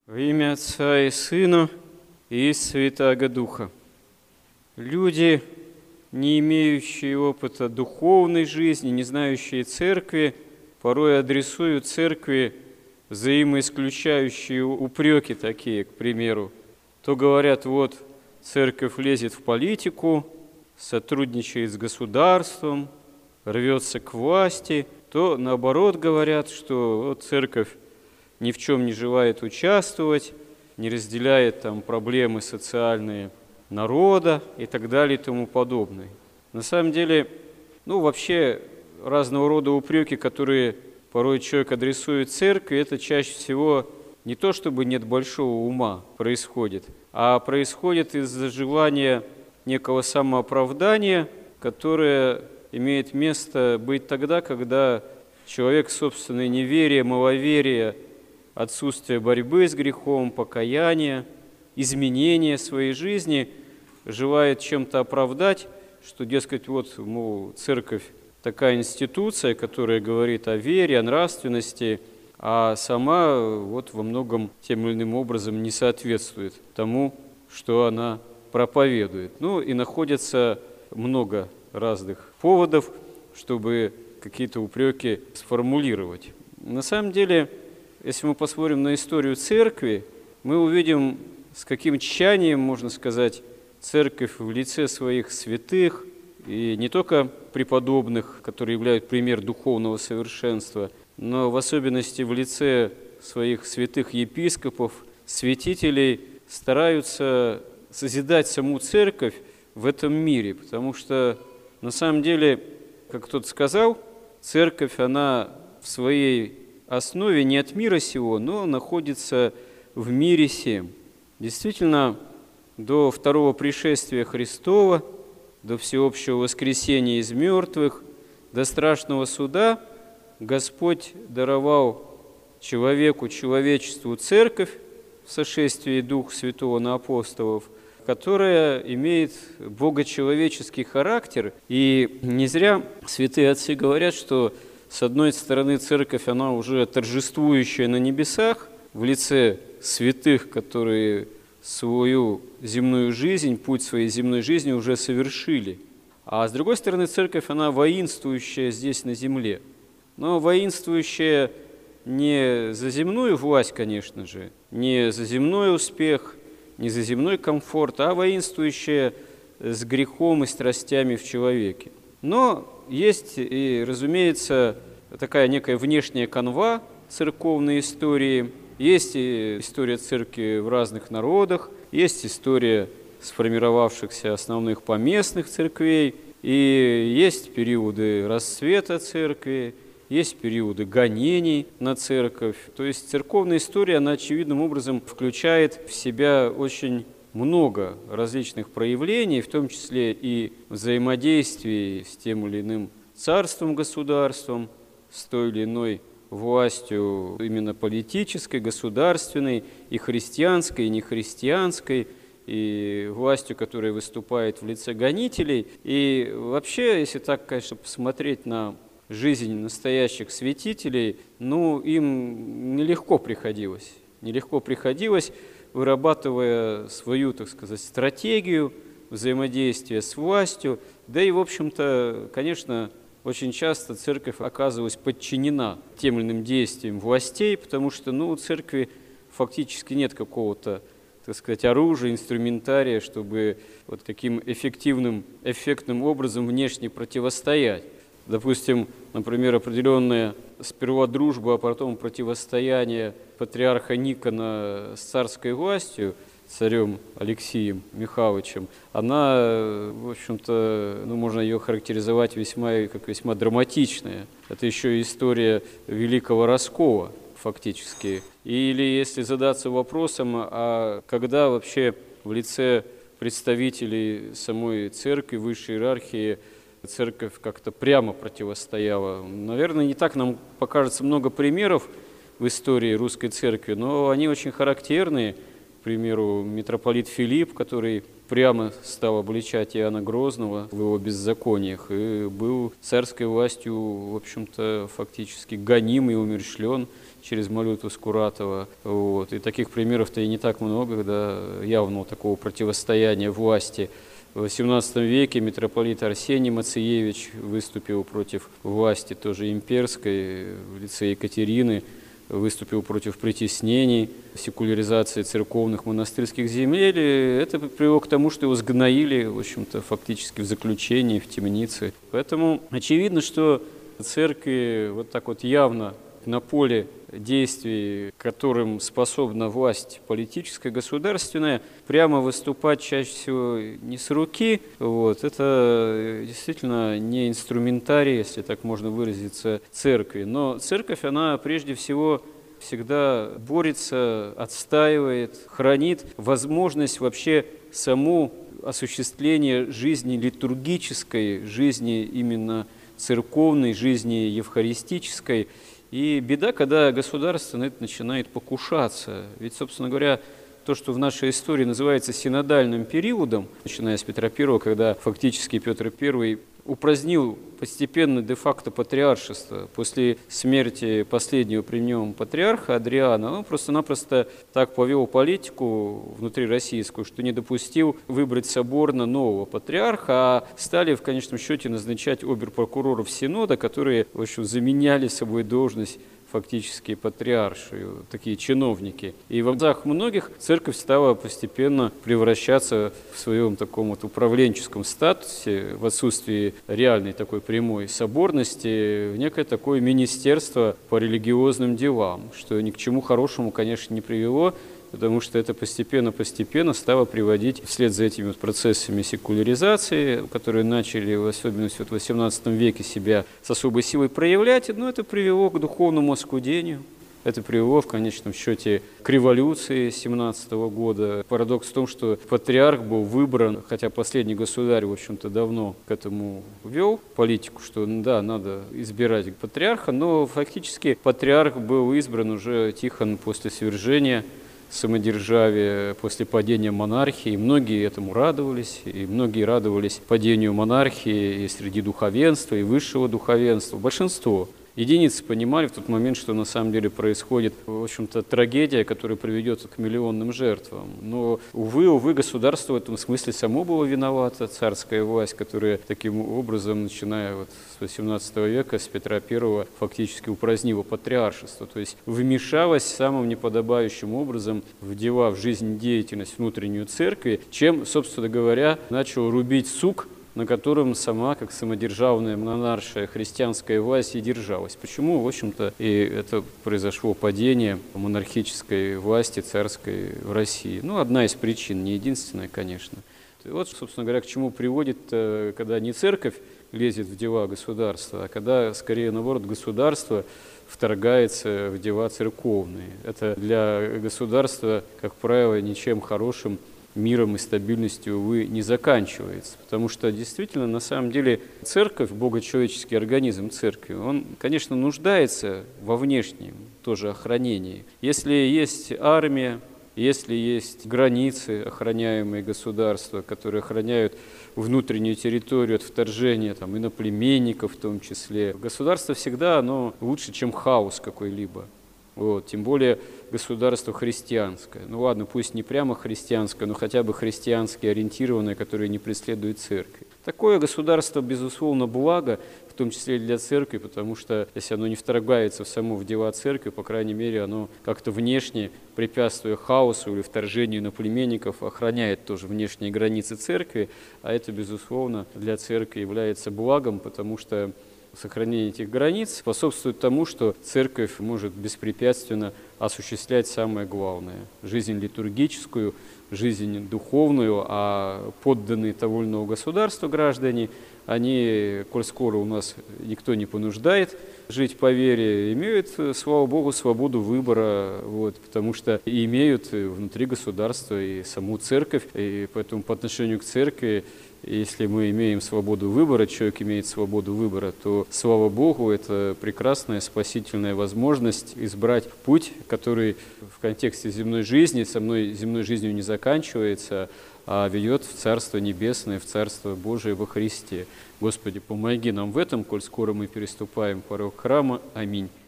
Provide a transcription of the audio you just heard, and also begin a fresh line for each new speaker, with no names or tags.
Во имя Отца и Сына и Святаго Духа. Люди, не имеющие опыта духовной жизни, не знающие церкви, порой адресуют церкви взаимоисключающие упреки такие, к примеру. То говорят, вот церковь лезет в политику, сотрудничает с государством, рвется к власти, то наоборот говорят, что вот церковь ни в чем не желает участвовать, не разделяет там проблемы социальные народа и так далее и тому подобное. На самом деле, вообще разного рода упреки, которые порой человек адресует церкви, это чаще всего не то, чтобы нет большого ума происходит, а происходит из-за желания некого самооправдания, которое имеет место быть тогда, когда человек собственное неверие, маловерие, отсутствие борьбы с грехом, покаяния, изменения своей жизни желает чем-то оправдать, что, дескать, вот, церковь такая институция, которая говорит о вере, о нравственности, а сама вот во многом тем или иным образом не соответствует тому, что она проповедует. И находится много разных поводов, чтобы какие-то упреки сформулировать. На самом деле, если мы посмотрим на историю церкви, мы увидим, с каким тщанием, можно сказать, церковь в лице своих святых, и не только преподобных, которые являются пример духовного совершенства, но в особенности в лице своих святых епископов, святителей, стараются созидать саму церковь в этом мире, потому что на самом деле, как кто-то сказал, церковь, она в своей основе не от мира сего, но находится в мире сем. Действительно, до второго пришествия Христова, до всеобщего воскресения из мертвых, до страшного суда Господь даровал человечеству церковь в сошествии Духа Святого на апостолов, которая имеет богочеловеческий характер. И не зря святые отцы говорят, что с одной стороны, церковь, она уже торжествующая на небесах, в лице святых, которые свою земную жизнь, путь своей земной жизни уже совершили. А с другой стороны, церковь, она воинствующая здесь на земле. Но воинствующая не за земную власть, конечно же, не за земной успех, не за земной комфорт, а воинствующая с грехом и страстями в человеке. Но есть и, разумеется, такая некая внешняя канва церковной истории, есть и история церкви в разных народах, есть история сформировавшихся основных поместных церквей, и есть периоды расцвета церкви, есть периоды гонений на церковь. То есть церковная история, она очевидным образом включает в себя очень много различных проявлений, в том числе и взаимодействий с тем или иным царством, государством, с той или иной властью именно политической, государственной, и христианской, и нехристианской, и властью, которая выступает в лице гонителей. И вообще, если так, конечно, посмотреть на жизнь настоящих святителей, им нелегко приходилось. Нелегко приходилось, вырабатывая свою, так сказать, стратегию взаимодействия с властью. Да и, в общем-то, конечно, очень часто церковь оказывалась подчинена тем или иным действиям властей, потому что, у церкви фактически нет какого-то, так сказать, оружия, инструментария, чтобы вот таким эффектным образом внешне противостоять. Допустим, например, определенная сперва дружба, а потом противостояние патриарха Никона с царской властью, царем Алексием Михайловичем, она, в общем-то, можно ее характеризовать как весьма драматичная. Это еще история Великого Раскола, фактически. Или если задаться вопросом, а когда вообще в лице представителей самой церкви, высшей иерархии, церковь как-то прямо противостояла. Наверное, не так нам покажется много примеров в истории русской церкви, но они очень характерные. К примеру, митрополит Филипп, который прямо стал обличать Иоанна Грозного в его беззакониях и был царской властью, в общем-то, фактически гоним и умерщвлен. через молитву Скуратова. Вот. И таких примеров-то и не так много, когда явного такого противостояния власти. В XVIII веке митрополит Арсений Мациевич выступил против власти тоже имперской в лице Екатерины, выступил против притеснений, секуляризации церковных монастырских земель. И это привело к тому, что его сгноили, в общем-то, фактически в заключении, в темнице. Поэтому очевидно, что церкви вот так вот явно на поле действий, которым способна власть политическая, государственная, прямо выступать чаще всего не с руки. Вот. Это действительно не инструментарий, если так можно выразиться, церкви. Но церковь, она прежде всего всегда борется, отстаивает, хранит возможность вообще саму осуществления жизни литургической, жизни именно церковной, жизни евхаристической. И беда, когда государство на это начинает покушаться. Ведь, собственно говоря, то, что в нашей истории называется синодальным периодом, начиная с Петра I, когда фактически Петр I упразднил постепенно де-факто патриаршество после смерти последнего при нем патриарха Адриана, он просто-напросто так повел политику внутрироссийскую, что не допустил выбрать соборно нового патриарха, а стали в конечном счете назначать обер-прокуроров Синода, которые, в общем, заменяли собой должность фактически патриаршию, такие чиновники. И в глазах многих церковь стала постепенно превращаться в своем таком вот управленческом статусе, в отсутствии реальной такой прямой соборности, в некое такое министерство по религиозным делам, что ни к чему хорошему, конечно, не привело, потому что это постепенно стало приводить вслед за этими вот процессами секуляризации, которые начали, в особенности в XVIII веке, себя с особой силой проявлять, но это привело к духовному оскудению. Это привело в конечном счете к революции 17 года. Парадокс в том, что патриарх был выбран, хотя последний государь, в общем-то, давно к этому вел политику, что да, надо избирать патриарха, но фактически патриарх был избран уже Тихон после свержения самодержавия, после падения монархии. И многие этому радовались, и многие радовались падению монархии и среди духовенства, и высшего духовенства. Большинство. Единицы понимали в тот момент, что на самом деле происходит, в общем-то, трагедия, которая приведет к миллионным жертвам. Но, увы, государство в этом смысле само было виновато, царская власть, которая таким образом, начиная вот с XVIII века, с Петра I, фактически упразднила патриаршество, то есть вмешалась самым неподобающим образом в дела, в жизнедеятельность внутреннюю церкви, чем, собственно говоря, начал рубить сук, на котором сама, как самодержавная монаршая христианская власть и держалась. Почему, в общем-то, и это произошло падение монархической власти царской в России? Ну, одна из причин, не единственная, конечно. И вот, собственно говоря, к чему приводит, когда не церковь лезет в дела государства, а когда, скорее, наоборот, государство вторгается в дела церковные. Это для государства, как правило, ничем хорошим, миром и стабильностью, увы, не заканчивается. Потому что действительно, на самом деле, церковь, богочеловеческий организм церкви, он, конечно, нуждается во внешнем тоже охранении. Если есть армия, если есть границы, охраняемые государства, которые охраняют внутреннюю территорию от вторжения там, иноплеменников в том числе, государство всегда оно лучше, чем хаос какой-либо. Вот, тем более государство христианское. Ну ладно, пусть не прямо христианское, но хотя бы христиански ориентированное, которое не преследует церковь. Такое государство, безусловно, благо, в том числе и для церкви, потому что если оно не вторгается в дела церкви, по крайней мере, оно как-то внешне, препятствуя хаосу или вторжению иноплеменников, охраняет тоже внешние границы церкви, а это, безусловно, для церкви является благом, потому что сохранение этих границ способствует тому, что церковь может беспрепятственно осуществлять самое главное – жизнь литургическую, жизнь духовную, а подданные того или иного государства граждане, они, коль скоро у нас никто не понуждает жить по вере, имеют, слава Богу, свободу выбора, вот, потому что и имеют внутри государства и саму церковь, и поэтому по отношению к церкви, если мы имеем свободу выбора, человек имеет свободу выбора, то, слава Богу, это прекрасная спасительная возможность избрать путь, который в контексте земной жизни, земной жизнью не заканчивается, а ведет в Царство Небесное, в Царство Божие во Христе. Господи, помоги нам в этом, коль скоро мы переступаем порог храма. Аминь.